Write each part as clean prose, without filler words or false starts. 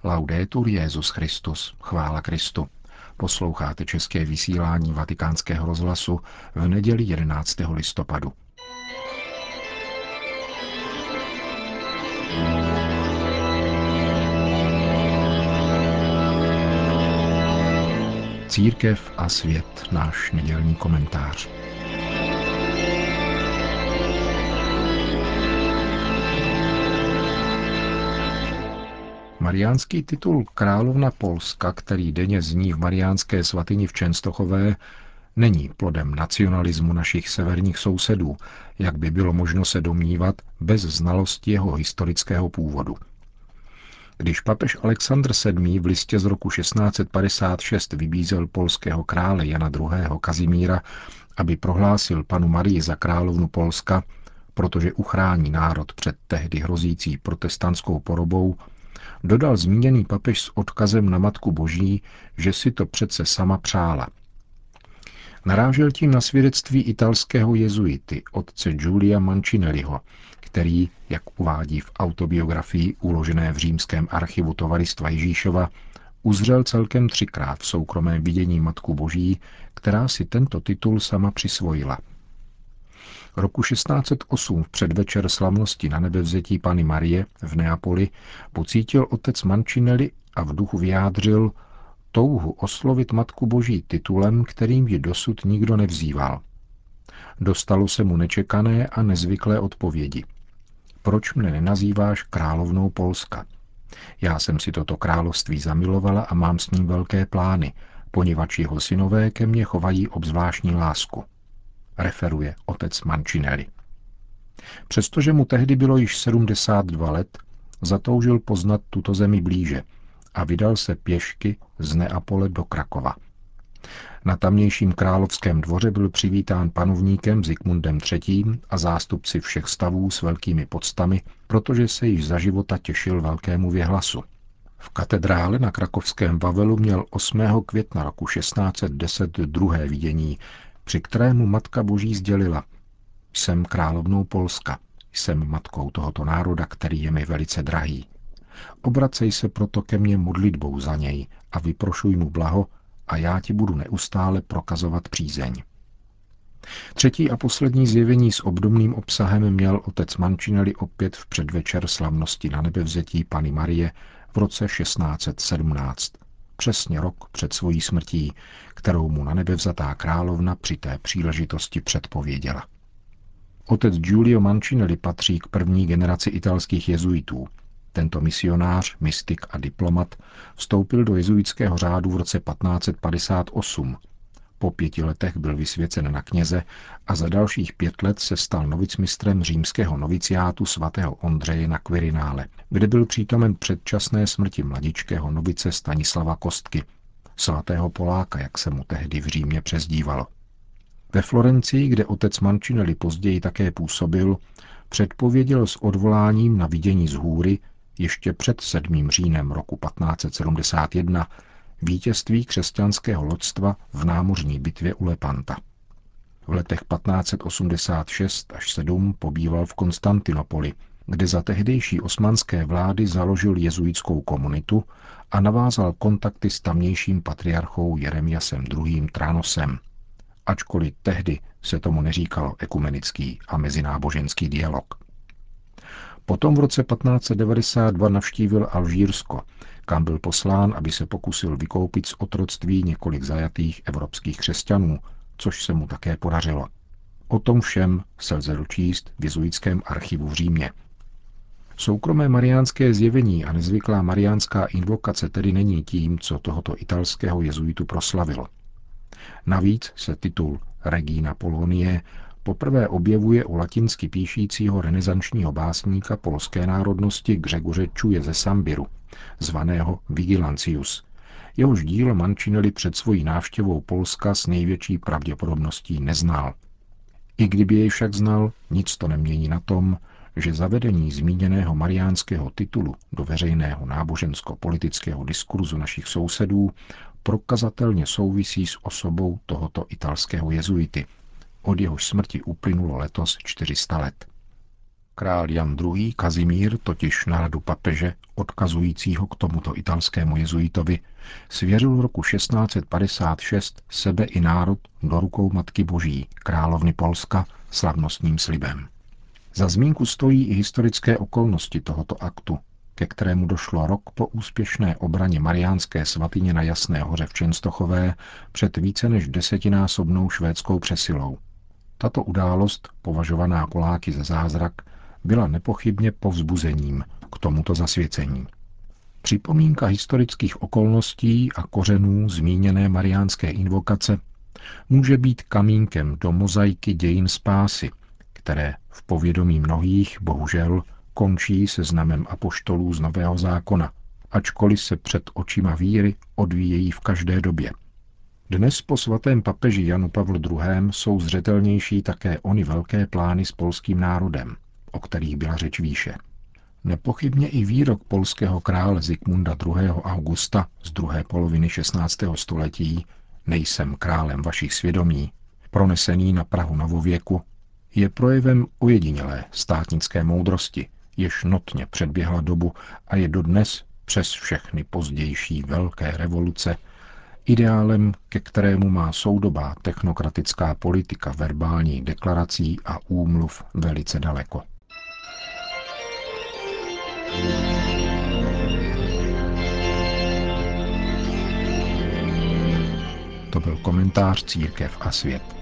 Laudetur Jesus Christus, chvála Kristu. Posloucháte české vysílání Vatikánského rozhlasu v neděli 11. listopadu. Církev a svět, náš nedělní komentář. Mariánský titul Královna Polska, který denně zní v mariánské svatyni v Čenstochové, není plodem nacionalismu našich severních sousedů, jak by bylo možno se domnívat bez znalosti jeho historického původu. Když papež Alexandr VII. V listě z roku 1656 vybízel polského krále Jana II. Kazimíra, aby prohlásil panu Marii za královnu Polska, protože uchrání národ před tehdy hrozící protestantskou porobou, dodal zmíněný papež s odkazem na Matku Boží, že si to přece sama přála. Narážel tím na svědectví italského jezuity, otce Giulia Mancinelliho, který, jak uvádí v autobiografii uložené v římském archivu Tovaristva Ježíšova, uzřel celkem 3krát v soukromém vidění Matku Boží, která si tento titul sama přisvojila. Roku 1608 v předvečer slavnosti na nebevzetí Panny Marie v Neapoli pocítil otec Mancinelli a v duchu vyjádřil touhu oslovit Matku Boží titulem, kterým ji dosud nikdo nevzýval. Dostalo se mu nečekané a nezvyklé odpovědi. Proč mne nenazýváš královnou Polska? Já jsem si toto království zamilovala a mám s ním velké plány, poněvadž jeho synové ke mně chovají obzvláštní lásku. Referuje otec Mancinelli. Přestože mu tehdy bylo již 72 let, zatoužil poznat tuto zemi blíže a vydal se pěšky z Neapole do Krakova. Na tamnějším královském dvoře byl přivítán panovníkem Zikmundem III. A zástupci všech stavů s velkými poctami, protože se již za života těšil velkému věhlasu. V katedrále na krakovském Wawelu měl 8. května roku 1610 druhé vidění, při kterému Matka Boží sdělila: Jsem královnou Polska, jsem matkou tohoto národa, který je mi velice drahý. Obracej se proto ke mně modlitbou za něj a vyprošuj mu blaho a já ti budu neustále prokazovat přízeň. Třetí a poslední zjevení s obdobným obsahem měl otec Mancinelli opět v předvečer slavnosti na nebevzetí Panny Marie v roce 1617, přesně rok před svojí smrtí, kterou mu na nebe vzatá královna při té příležitosti předpověděla. Otec Giulio Mancinelli patří k první generaci italských jezuitů. Tento misionář, mystik a diplomat vstoupil do jezuitského řádu v roce 1558. Po 5 letech byl vysvěcen na kněze a za dalších 5 let se stal novicmistrem římského noviciátu svatého Ondřeje na Quirinále, kde byl přítomen předčasné smrti mladičkého novice Stanislava Kostky, svatého Poláka, jak se mu tehdy v Římě přezdívalo. Ve Florencii, kde otec Mancinelli později také působil, předpověděl s odvoláním na vidění z hůry ještě před 7. říjnem roku 1571 vítězství křesťanského loďstva v námořní bitvě u Lepanta. V letech 1586 až 7 pobýval v Konstantinopoli, kde za tehdejší osmanské vlády založil jezuitskou komunitu a navázal kontakty s tamnějším patriarchou Jeremiasem II. Tranosem, ačkoliv tehdy se tomu neříkalo ekumenický a mezináboženský dialog. Potom v roce 1592 navštívil Alžírsko, kam byl poslán, aby se pokusil vykoupit z otroctví několik zajatých evropských křesťanů, což se mu také podařilo. O tom všem se lze dočíst v jezuitském archivu v Římě. Soukromé mariánské zjevení a nezvyklá mariánská invokace tedy není tím, co tohoto italského jezuitu proslavilo. Navíc se titul Regina Polonie poprvé objevuje u latinsky píšícího renesančního básníka polské národnosti Gřegoře Čuje ze Sambiru, zvaného Vigilancius. Jehož dílo Mancinelli před svojí návštěvou Polska s největší pravděpodobností neznal. I kdyby jej však znal, nic to nemění na tom, že zavedení zmíněného mariánského titulu do veřejného nábožensko-politického diskurzu našich sousedů prokazatelně souvisí s osobou tohoto italského jezuity. Od jehož smrti uplynulo letos 400 let. Král Jan II. Kazimír totiž na radu papeže, odkazujícího k tomuto italskému jezuitovi, svěřil v roku 1656 sebe i národ do rukou Matky Boží, královny Polska, slavnostním slibem. Za zmínku stojí i historické okolnosti tohoto aktu, ke kterému došlo rok po úspěšné obraně Mariánské svatyně na Jasné hoře v Čenstochové před více než desetinásobnou švédskou přesilou. Tato událost, považovaná Poláky za zázrak, byla nepochybně povzbuzením k tomuto zasvěcení. Připomínka historických okolností a kořenů zmíněné mariánské invokace může být kamínkem do mozaiky dějin spásy, které v povědomí mnohých, bohužel, končí seznamem apoštolů z Nového zákona, ačkoliv se před očima víry odvíjejí v každé době. Dnes po svatém papeži Janu Pavlu II. Jsou zřetelnější také ony velké plány s polským národem, o kterých byla řeč výše. Nepochybně i výrok polského krále Zikmunda II. Augusta z druhé poloviny 16. století Nejsem králem vašich svědomí, pronesený na prahu novověku, je projevem ojedinělé státnické moudrosti, jež notně předběhla dobu a je dodnes přes všechny pozdější velké revoluce ideálem, ke kterému má soudobá technokratická politika verbálních deklarací a úmluv velice daleko. To byl komentář Církev a svět.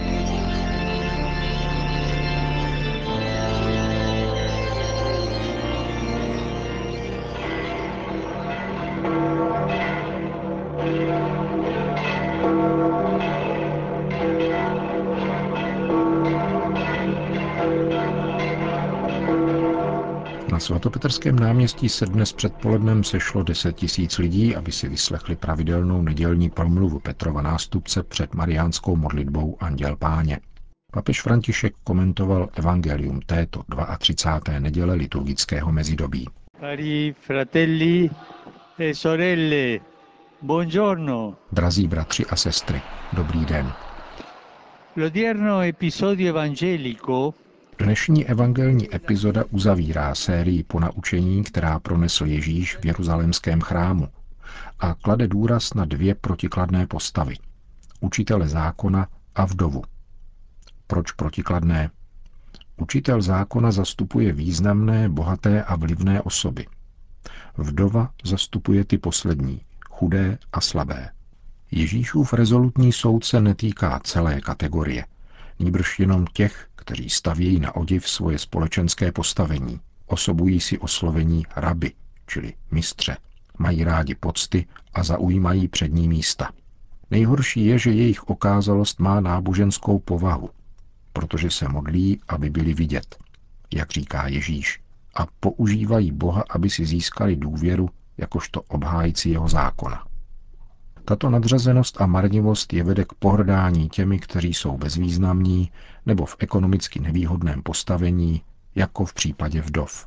Na svatopetrském náměstí se dnes předpolednem sešlo 10 000 lidí, aby si vyslechli pravidelnou nedělní promluvu Petrova nástupce před mariánskou modlitbou Anděl Páně. Papež František komentoval evangelium této 32. neděle liturgického mezidobí. Cari fratelli e sorelle, buongiorno. Drazí bratři a sestry, dobrý den. L'odierno episodio evangelico Dnešní evangelní epizoda uzavírá sérii ponaučení, která pronesl Ježíš v jeruzalémském chrámu a klade důraz na 2 protikladné postavy. Učitele zákona a vdovu. Proč protikladné? Učitel zákona zastupuje významné, bohaté a vlivné osoby. Vdova zastupuje ty poslední, chudé a slabé. Ježíšův rezolutní soud se netýká celé kategorie, nýbrž jenom těch, kteří stavějí na odiv svoje společenské postavení, osobují si oslovení rabi, čili mistře, mají rádi pocty a zaujímají přední místa. Nejhorší je, že jejich okázalost má náboženskou povahu, protože se modlí, aby byli vidět, jak říká Ježíš, a používají Boha, aby si získali důvěru, jakožto obhájci jeho zákona. Tato nadřazenost a marnivost je vede k pohrdání těmi, kteří jsou bezvýznamní nebo v ekonomicky nevýhodném postavení, jako v případě vdov.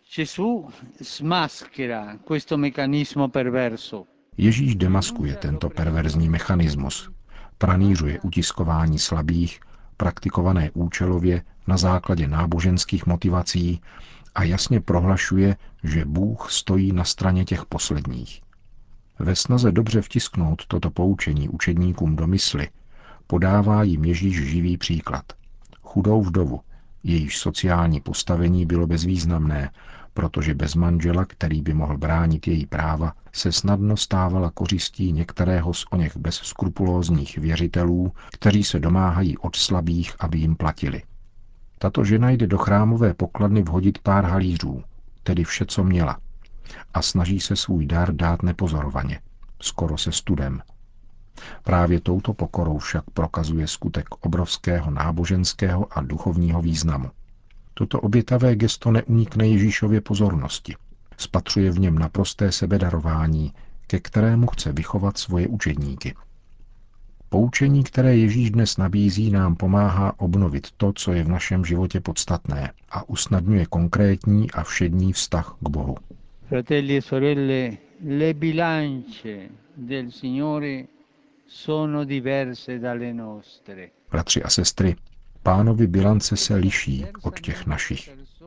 Ježíš demaskuje tento perverzní mechanismus, pranířuje utiskování slabých, praktikované účelově na základě náboženských motivací a jasně prohlašuje, že Bůh stojí na straně těch posledních. Ve snaze dobře vtisknout toto poučení učedníkům do mysli, podává jim Ježíš živý příklad. Chudou vdovu, jejíž sociální postavení bylo bezvýznamné, protože bez manžela, který by mohl bránit její práva, se snadno stávala kořistí některého z oněch bezskrupulózních věřitelů, kteří se domáhají od slabých, aby jim platili. Tato žena jde do chrámové pokladny vhodit pár halířů, tedy vše, co měla, a snaží se svůj dar dát nepozorovaně, skoro se studem. Právě touto pokorou však prokazuje skutek obrovského náboženského a duchovního významu. Toto obětavé gesto neunikne Ježíšově pozornosti. Spatřuje v něm naprosté sebedarování, ke kterému chce vychovat svoje učedníky. Poučení, které Ježíš dnes nabízí, nám pomáhá obnovit to, co je v našem životě podstatné, a usnadňuje konkrétní a všední vztah k Bohu. Fratelli e sorelle, le bilance del Signore sono diverse dalle nostre. Bratři a sestry, Pánovi bilance se liší od těch našich.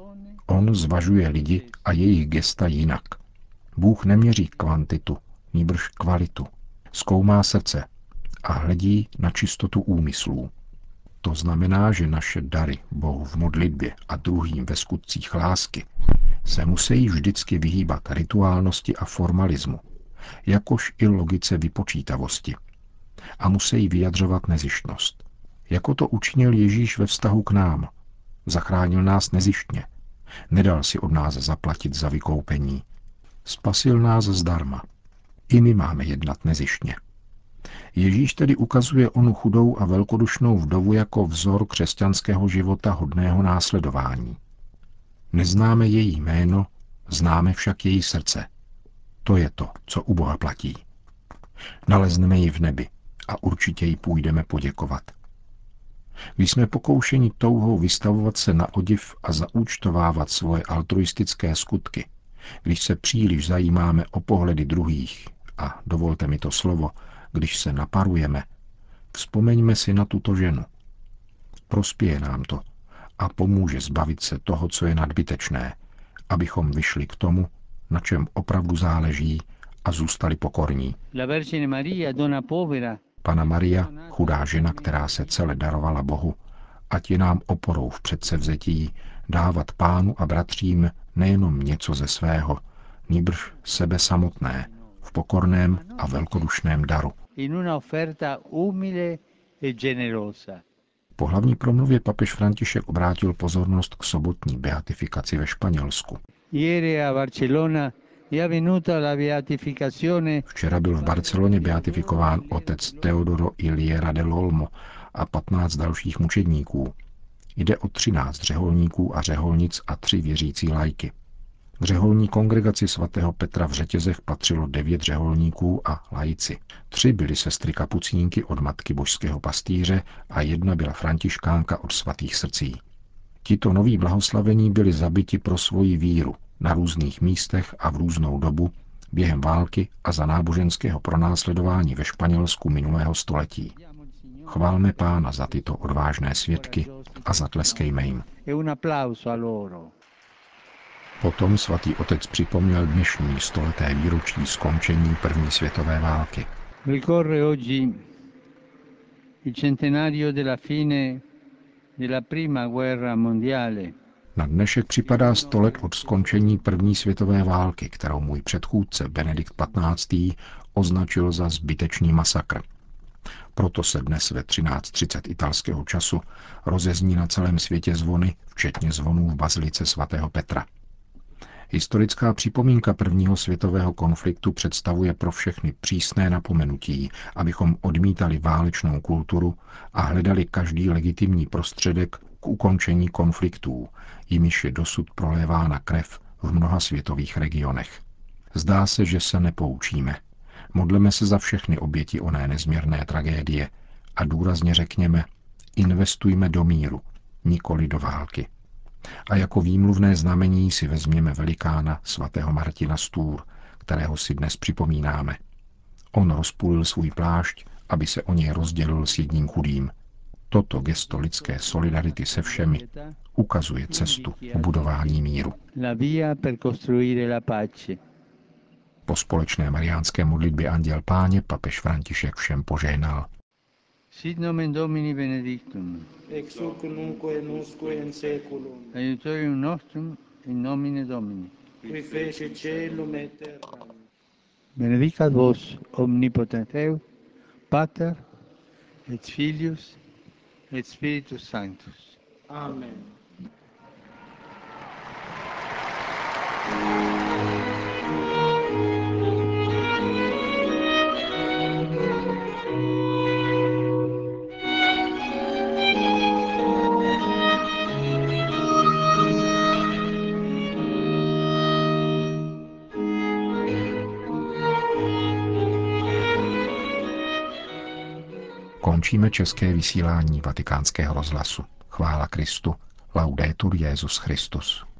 On zvažuje lidi a jejich gesta jinak. Bůh neměří kvantitu, nýbrž kvalitu. Zkoumá srdce a hledí na čistotu úmyslů. To znamená, že naše dary Bohu v modlitbě a druhým ve skutcích lásky se musí vždycky vyhýbat rituálnosti a formalismu, jakož i logice vypočítavosti. A musí vyjadřovat nezištnost. Jako to učinil Ježíš ve vztahu k nám. Zachránil nás nezištně. Nedal si od nás zaplatit za vykoupení. Spasil nás zdarma. I my máme jednat nezištně. Ježíš tedy ukazuje onu chudou a velkodušnou vdovu jako vzor křesťanského života hodného následování. Neznáme její jméno, známe však její srdce. To je to, co u Boha platí. Nalezneme ji v nebi a určitě jí půjdeme poděkovat. Když jsme pokoušeni touhou vystavovat se na odiv a zaúčtovávat svoje altruistické skutky, když se příliš zajímáme o pohledy druhých a, dovolte mi to slovo, když se naparujeme, vzpomeňme si na tuto ženu. Prospěje nám to a pomůže zbavit se toho, co je nadbytečné, abychom vyšli k tomu, na čem opravdu záleží a zůstali pokorní. Panna Maria, chudá žena, která se celé darovala Bohu, ať je nám oporou v předsevzetí dávat Pánu a bratřím nejenom něco ze svého, nýbrž sebe samotné, v pokorném a velkodušném daru. Po hlavní promluvě papež František obrátil pozornost k sobotní beatifikaci ve Španělsku. Včera byl v Barceloně beatifikován otec Teodoro Iliera del Olmo a 15 dalších mučedníků. Jde o 13 řeholníků a řeholnic a 3 věřící lajky. K řeholní kongregaci svatého Petra v Řetězech patřilo 9 řeholníků a laici. 3 byly sestry kapucínky od Matky Božského pastýře a 1 byla františkánka od Svatých srdcí. Tito noví blahoslavení byli zabiti pro svoji víru na různých místech a v různou dobu během války a za náboženského pronásledování ve Španělsku minulého století. Chválme Pána za tyto odvážné svědky a zatleskejme jim. Potom svatý otec připomněl dnešní stoleté výročí skončení první světové války. Ricorre oggi il centenario della fine della prima guerra mondiale. Na dnešek připadá 100 let od skončení první světové války, kterou můj předchůdce Benedikt XV. Označil za zbytečný masakr. Proto se dnes ve 13:30 italského času rozezní na celém světě zvony, včetně zvonů v bazilice svatého Petra. Historická připomínka prvního světového konfliktu představuje pro všechny přísné napomenutí, abychom odmítali válečnou kulturu a hledali každý legitimní prostředek k ukončení konfliktů, jimiž je dosud prolévána krev v mnoha světových regionech. Zdá se, že se nepoučíme. Modleme se za všechny oběti oné nezměrné tragédie a důrazně řekněme, investujme do míru, nikoli do války. A jako výmluvné znamení si vezměme velikána svatého Martina z Tours, kterého si dnes připomínáme. On rozpůlil svůj plášť, aby se o něj rozdělil s jedním chudým. Toto gesto lidské solidarity se všemi ukazuje cestu k budování míru. Po společné mariánské modlitbě Anděl Páně papež František všem požehnal. Sit nomen Domini benedictum. Ex hoc nunc et usque in seculum. Aiutorium nostrum in nomine Domini. Qui fece caelum et terram. Benedicat vos omnipotens Deus, Pater et Filius et Spiritus Sanctus. Amen. Končíme české vysílání Vatikánského rozhlasu. Chvála Kristu. Laudetur Jesus Christus.